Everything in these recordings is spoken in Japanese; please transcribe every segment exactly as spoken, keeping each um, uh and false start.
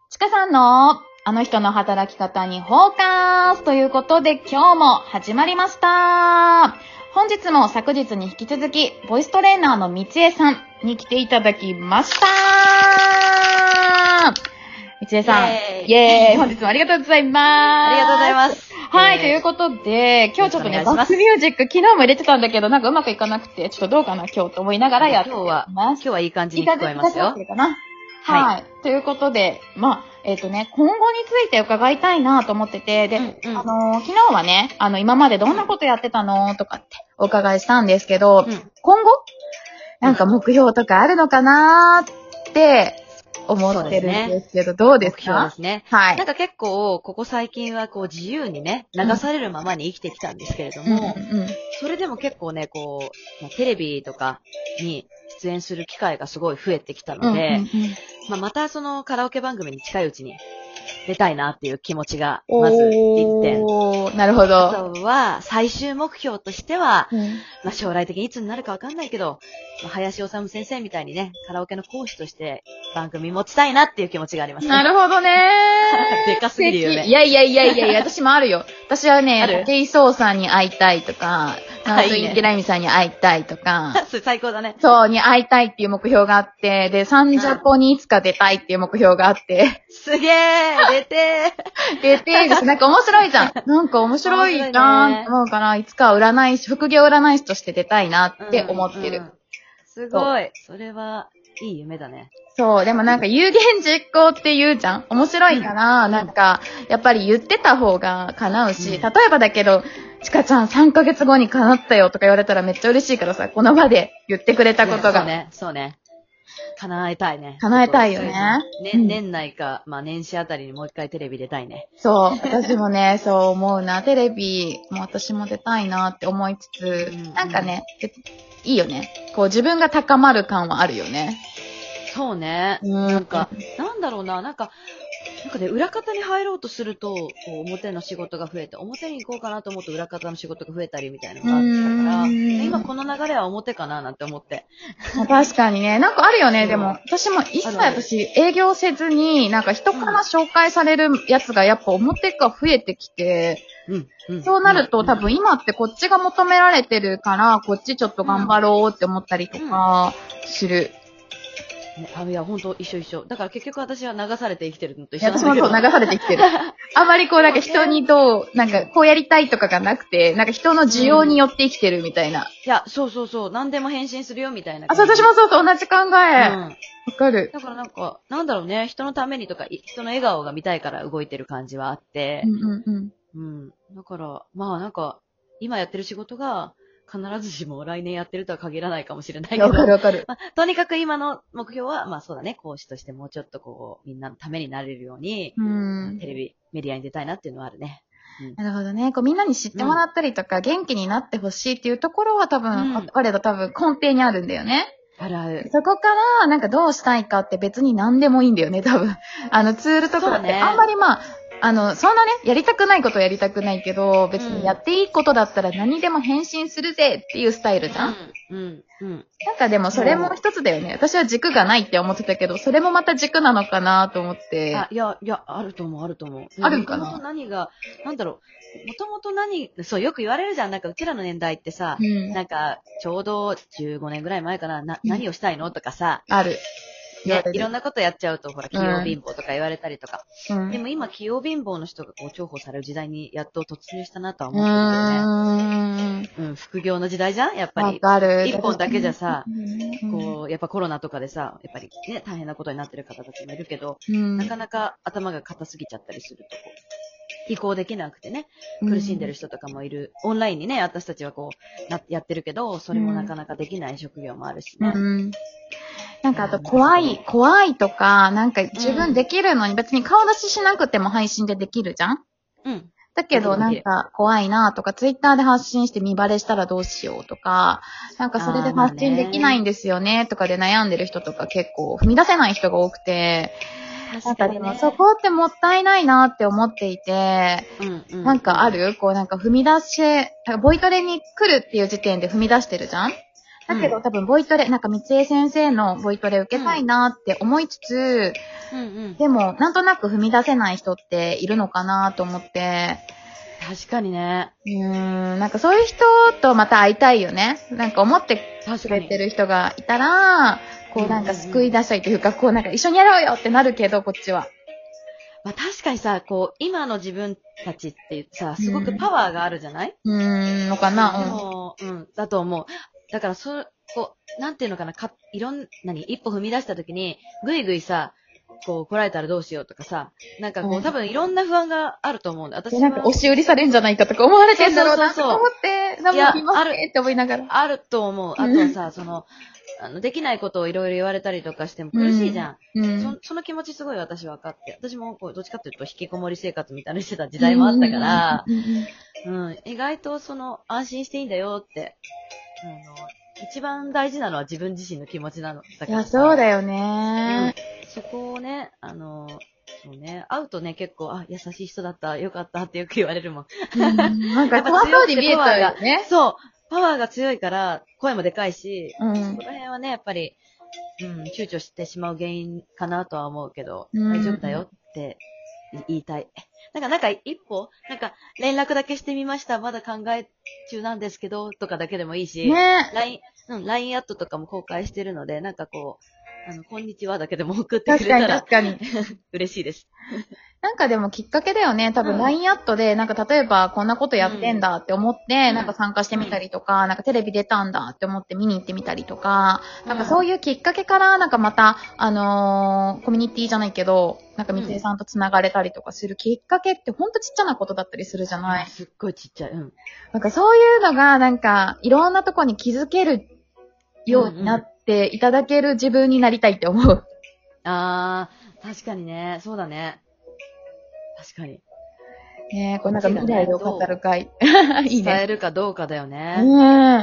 ちかさんのあの人の働き方にフォーカスということで今日も始まりました。本日も昨日に引き続きボイストレーナーのみちえさんに来ていただきました。みちえさん、イエーイ、イエーイ本日もありがとうございます。 ありがとうございます。 はい、ということで、今日ちょっとね、バックミュージック、昨日も入れてたんだけど、なんかうまくいかなくて、ちょっとどうかな、今日と思いながらやってます。 今日は、今日はいい感じに聞こえますよ。 いいかな。はい、はい。ということで、まあ、えっとね、今後について伺いたいなと思ってて、で、うんうん、あのー、昨日はね、あの、今までどんなことやってたのとかってお伺いしたんですけど、うん、今後なんか目標とかあるのかなって、思ってるんですけど、どうですか？ 目標ですね。はい。なんか結構、ここ最近はこう自由にね、流されるままに生きてきたんですけれども、うんうん、それでも結構ね、こう、テレビとかに出演する機会がすごい増えてきたので、うんうんうん、まあ、またそのカラオケ番組に近いうちに出たいなっていう気持ちが、まず一点。 なるほど。 あとは、最終目標としては、うん、まあ、将来的にいつになるかわかんないけど、まあ、林修先生みたいにね、カラオケの講師として番組持ちたいなっていう気持ちがありますね。 なるほどねー。でかすぎるよね。 いやいやいやいやいや、私もあるよ。私はね、武井壮さんに会いたいとか、ナースインゲライミさんに会いたいとか。 それ最高だね。 そう、に会いたいっていう目標があって、で、サンジャポにいつか出たいっていう目標があって。 すげー出てー出てーです。なんか面白いじゃん。なんか面白いじゃんって思うから、いつか占い師、副業占い師として出たいなって思ってる。うんうん、 すごい。それは、いい夢だね。 そう、でもなんか有言実行って言うじゃん。面白いから、うん、なんか、やっぱり言ってた方が叶うし、うん、例えばだけど、ちかちゃんさんかげつごに叶ったよとか言われたらめっちゃ嬉しいからさ、この場で言ってくれたことが。 そうね、そうね。叶えたいね。 叶えたいよね。 ね、うん、年内か、まあ年始あたりにもう一回テレビ出たいね。 そう、私もね、そう思うな。テレビも私も出たいなって思いつつ、うんうん、なんかね、いいよね。こう自分が高まる感はあるよね。 そうね。うん、なんか、なんだろうな、なんか、なんかね、裏方に入ろうとすると、こう表の仕事が増えて、表に行こうかなと思うと裏方の仕事が増えたりみたいなのがあったから、今この流れは表かななんて思って。 確かにね、なんかあるよね、でも。私も一切私営業せずに、なんか人から紹介されるやつがやっぱ表が増えてきて、うんうん、そうなると、うん、多分今ってこっちが求められてるから、こっちちょっと頑張ろうって思ったりとかする。 ね、あ、いや、ほんと一緒一緒。だから結局私は流されて生きてるのと一緒なんだけど。 私もそう、流されて生きてる。あまりこう、なんか人にどう、なんかこうやりたいとかがなくて、なんか人の需要によって生きてるみたいな。うん、 いや、そうそうそう。何でも返信するよみたいな。 あ、そう、私もそうそう、同じ考え。うん。わかる。 だからなんか、なんだろうね、人のためにとか、人の笑顔が見たいから動いてる感じはあって。 うんうんうん。 うん。だから、まあなんか、今やってる仕事が、必ずしも来年やってるとは限らないかもしれないけど。 わかるわかる。 まあ、とにかく今の目標は、まあそうだね、講師としてもうちょっとこう、みんなのためになれるように、うん、テレビ、メディアに出たいなっていうのはあるね。 うん、なるほどね。こうみんなに知ってもらったりとか、うん、元気になってほしいっていうところは多分、うん、我ら多分根底にあるんだよね。 あるある。 そこから、なんかどうしたいかって別に何でもいいんだよね、多分。あの、ツールとかって、あんまりまあ、あの、そんなね、やりたくないことやりたくないけど、別にやっていいことだったら何でも返信するぜっていうスタイルじゃん。うん。うん。うん、なんかでもそれも一つだよね。私は軸がないって思ってたけど、それもまた軸なのかなと思って。 あ、いや、いや、あると思う、あると思う。 あるんかな。 もともと何が、なんだろう。もともと何、そう、よく言われるじゃん。なんか、うちらの年代ってさ、うん、なんか、ちょうどじゅうごねんぐらい前かな、な、何をしたいのとかさ。 ある。 ね、いろんなことやっちゃうと、ほら、器用貧乏とか言われたりとか。うん、でも今、器用貧乏の人がこう重宝される時代にやっと突入したなとは思ってるけどね。うん。うん、副業の時代じゃんやっぱり。 わかる。 一本だけじゃさ、こう、やっぱコロナとかでさ、やっぱりね、大変なことになってる方たちもいるけど、うん、なかなか頭が硬すぎちゃったりすると、こう、移行できなくてね、苦しんでる人とかもいる。うん、オンラインにね、私たちはこう、なやってるけど、それもなかなかできない職業もあるしね。うんなんかあと怖い、怖いとか、なんか自分できるのに別に顔出ししなくても配信でできるじゃん？うん。だけどなんか怖いなとか、ツイッターで発信して見バレしたらどうしようとか、なんかそれで発信できないんですよねとかで悩んでる人とか結構踏み出せない人が多くて、なんかでもそこってもったいないなって思っていて、うんうん、なんかあるこうなんか踏み出し、ボイトレに来るっていう時点で踏み出してるじゃんだけど、うん、多分ボイトレ、なんか三江先生のボイトレ受けたいなって思いつつ、うんうん、でもなんとなく踏み出せない人っているのかなと思って。 確かにね。 うーん、なんかそういう人とまた会いたいよね。なんか思ってくれてる人がいたら、こうなんか救い出したいというか、こうなんか一緒にやろうよってなるけど、こっちは。 まあ確かにさ、こう、今の自分たちってさ、すごくパワーがあるじゃない？ うーん、のかな、 うん。もう、うん、だと思う。だから、そ、こう、なんていうのかな、か、いろん、何、一歩踏み出した時に、ぐいぐいさ、こう、来られたらどうしようとかさ、なんかこう、うん、多分いろんな不安があると思うんだ。私は。 なんか押し売りされるんじゃないかとか思われてんだろうなと思って、 いや、あるって思いながら。 あると思う。あとはさ、その、あの、できないことをいろいろ言われたりとかしても苦しいじゃん。うん、そ, その気持ちすごい私分かって。私もこうどっちかっていうと引きこもり生活みたいなしてた時代もあったから、うん、意外とその安心していいんだよって、あの、一番大事なのは自分自身の気持ちなの。 だからいや、そうだよね、 うん。そこをね、あの、そうね、会うとね、結構、あ、優しい人だった、よかったってよく言われるもん。 うん、なんか怖そうに見えちゃうよね。 そう。パワーが強いから、声もでかいし、うん、そこら辺はね、やっぱり、うん、躊躇してしまう原因かなとは思うけど、うん、大丈夫だよって言いたい。なんか、なんか一歩、なんか連絡だけしてみました。まだ考え中なんですけど、とかだけでもいいし、ね、ライン、うん、ライン アットとかも公開してるので、なんかこう、あの、こんにちはだけでも送ってくれたら、 確かに、確かに。 嬉しいです。 なんかでもきっかけだよね。多分 ライン アットで、なんか例えばこんなことやってんだって思って、なんか参加してみたりとか、なんかテレビ出たんだって思って見に行ってみたりとか、なんかそういうきっかけから、なんかまた、あのー、コミュニティじゃないけど、なんか三江さんと繋がれたりとかするきっかけってほんとちっちゃなことだったりするじゃない？ すっごいちっちゃい。うん。 なんかそういうのが、なんかいろんなとこに気づけるようになっていただける自分になりたいって思う。 あー、確かにね。そうだね。確かに。 ねえ、これなんか未来を語る会。 いいね。伝えるかどうかだよね。 うん。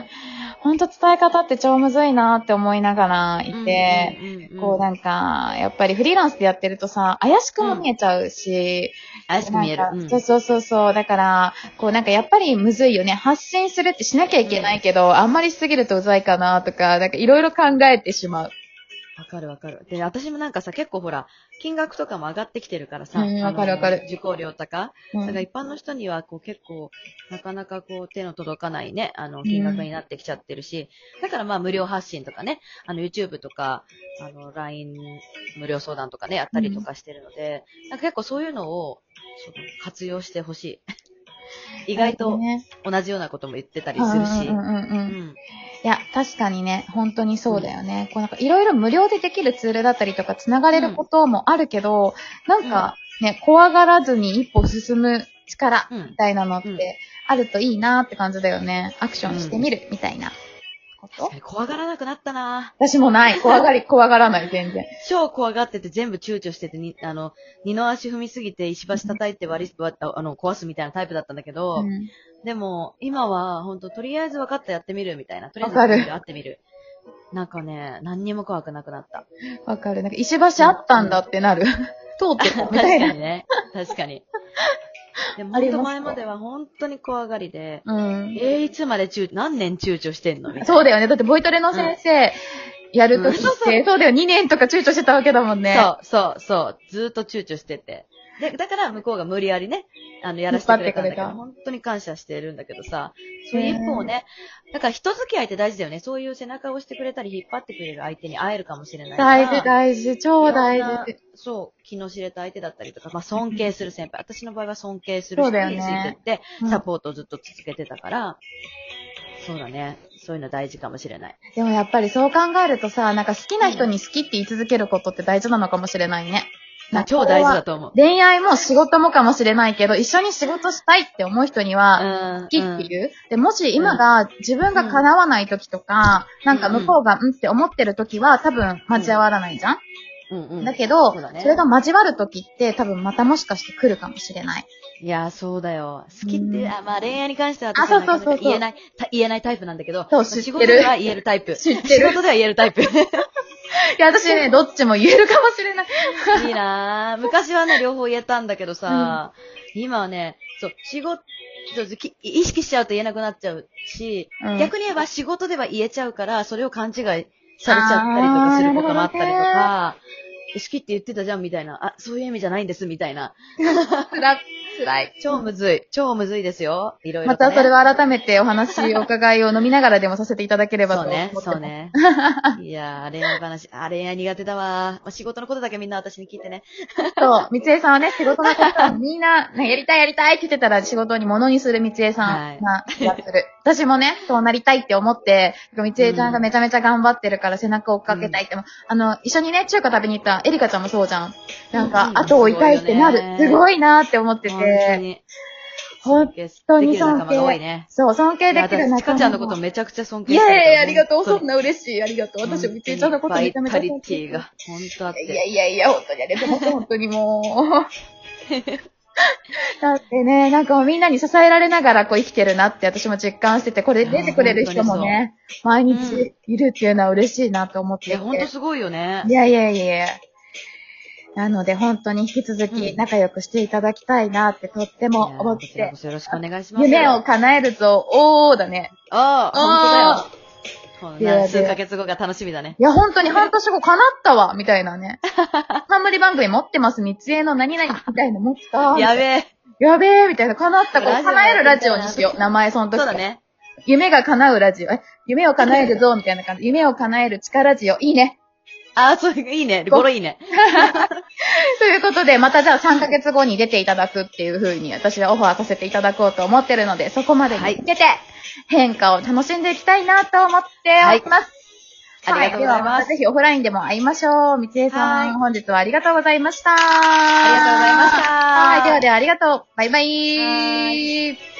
ほんと伝え方って超むずいなって思いながらいて、うんうんうんうん、こうなんか、やっぱりフリーランスでやってるとさ、怪しくも見えちゃうし、 うん、怪しく見える、 うん。そうそうそうそう。だから、こうなんかやっぱりむずいよね。発信するってしなきゃいけないけど、うん、あんまりしすぎるとうざいかなとか、なんかいろいろ考えてしまう。 わかるわかる。で、私もなんかさ、結構ほら、金額とかも上がってきてるからさ。 うん、わかるわかる。 受講料とか。うん、だから一般の人には、こう結構、なかなかこう手の届かないね、あの、金額になってきちゃってるし、うん、だからまあ無料発信とかね、あの、YouTube とか、あの、ライン 無料相談とかね、やったりとかしてるので、うん、なんか結構そういうのを、その活用してほしい。意外と同じようなことも言ってたりするし。 いや、確かにね、本当にそうだよね。うん、こうなんかいろいろ無料でできるツールだったりとか、つながれることもあるけど、うん、なんかね、怖がらずに一歩進む力みたいなのってあるといいなって感じだよね。アクションしてみるみたいなこと。 確かに怖がらなくなったな。 私もない。怖がり、怖がらない、全然。 超怖がってて全部躊躇してて、に、あの、二の足踏みすぎて石橋叩いて割り、あの、壊すみたいなタイプだったんだけど、うん、でも、今は、ほんと、とりあえず分かったやってみるみたいな。とりあえず会ってみる。なんかね、何にも怖くなくなった。 わかる。なんか石橋あったんだってなる。通ってたみたいな。 確かにね。確かに。でも、ほんと前までは本当に怖がりで、うん、えー、いつまで躊、何年躊躇してんのみたいな。 そうだよね。だってボイトレの先生、うん、やるときって、うん、そうそう、そうだよ。にねんとか躊躇してたわけだもんね。 そう、そう、そう。ずーっと躊躇してて。で、だから向こうが無理やりね、あの、やらせてくれたんだけど、本当に感謝してるんだけどさ、そういう一歩をね、だから人付き合いって大事だよね。そういう背中を押してくれたり引っ張ってくれる相手に会えるかもしれないから。 大事、大事、超大事。 そう、気の知れた相手だったりとか、まあ尊敬する先輩。私の場合は尊敬する人についてって、サポートをずっと続けてたから、そうだね。そういうの大事かもしれない。 でもやっぱりそう考えるとさ、なんか好きな人に好きって言い続けることって大事なのかもしれないね。 超大事だと思う。 恋愛も仕事もかもしれないけど、一緒に仕事したいって思う人には、好きっていう。うん、で、もし今が自分が叶わない時とか、うん、なんか向こうがうんって思ってる時は多分交わらないじゃん、うんうん、だけど、そ, ね、それが交わる時って多分またもしかして来るかもしれない。 いや、そうだよ。好きって、あ、まあ恋愛に関しては私はなかなか言えない、言えないタイプなんだけど、 そう知ってる。 仕事では言えるタイプ。 知ってる。 仕事では言えるタイプ。 いや、私ね、どっちも言えるかもしれない。 いいなぁ。昔はね、両方言えたんだけどさ、うん、今はね、そう、仕事意識しちゃうと言えなくなっちゃうし、うん、逆に言えば仕事では言えちゃうから、それを勘違いされちゃったりとかすることもあったりとか、好きって言ってたじゃんみたいな、あ、そういう意味じゃないんですみたいな。 つら、つらい。 超むずい。超むずいですよ。いろいろ、 ね。またそれは改めてお話、お伺いを飲みながらでもさせていただければと思ってます。 そうね、そうね。いやー、恋愛話、あ、恋愛苦手だわ。仕事のことだけみんな私に聞いてね。 そう、三江さんはね、仕事のことみんな、やりたいやりたいって言ってたら仕事に物にする三江さんな気がする。はい、私もね、そうなりたいって思って、三江ちゃんがめちゃめちゃ頑張ってるから背中を追っかけたいって、うん、あの、一緒にね、中華食べに行ったエリカちゃんもそうじゃん。なんか、うん、後を追いたいってなる。すごいなーって思ってて。本当に尊敬。ね、そう、尊敬できる仲間。 ちかちゃんのことめちゃくちゃ尊敬してる。いやいや、ありがとう。そんな嬉しい。ありがとう。私もみつえちゃんのことめちゃめちゃ尊敬。 が本当あって。 いやいやいや、本当にありがとうございます。本当にもう。だってね、なんかもうみんなに支えられながらこう生きてるなって私も実感してて、これ出てくれる人もね、毎日いるっていうのは嬉しいなと思ってて。 いや、本当すごいよね。 いやいやいや。なので本当に引き続き仲良くしていただきたいなってとっても思って。こちらこそよろしくお願いします。 夢を叶えるぞ、おーだね。 ああ、本当だよ。数ヶ月後が楽しみだね。 いや、本当に半年後叶ったわ、みたいなね。冠番組持ってます、三つ江の何々みたいな持った。 やべえ。 やべえ、みたいな。叶った子、叶えるラジオにしよう。名前その時。 そうだね。 夢が叶うラジオ。夢を叶えるぞ、みたいな感じ。夢を叶える力ラジオ。いいね。 ああ、そういう、いいね。語呂いいね。 ということで、またじゃあさんかげつごに出ていただくっていう風に私はオファーさせていただこうと思ってるので、そこまでに向けて変化を楽しんでいきたいなと思っております。 はい、ありがとうございます。はい、ではまたぜひオフラインでも会いましょう。三江さん、本日はありがとうございました。ありがとうございました。 はい、ではではありがとう。バイバイ。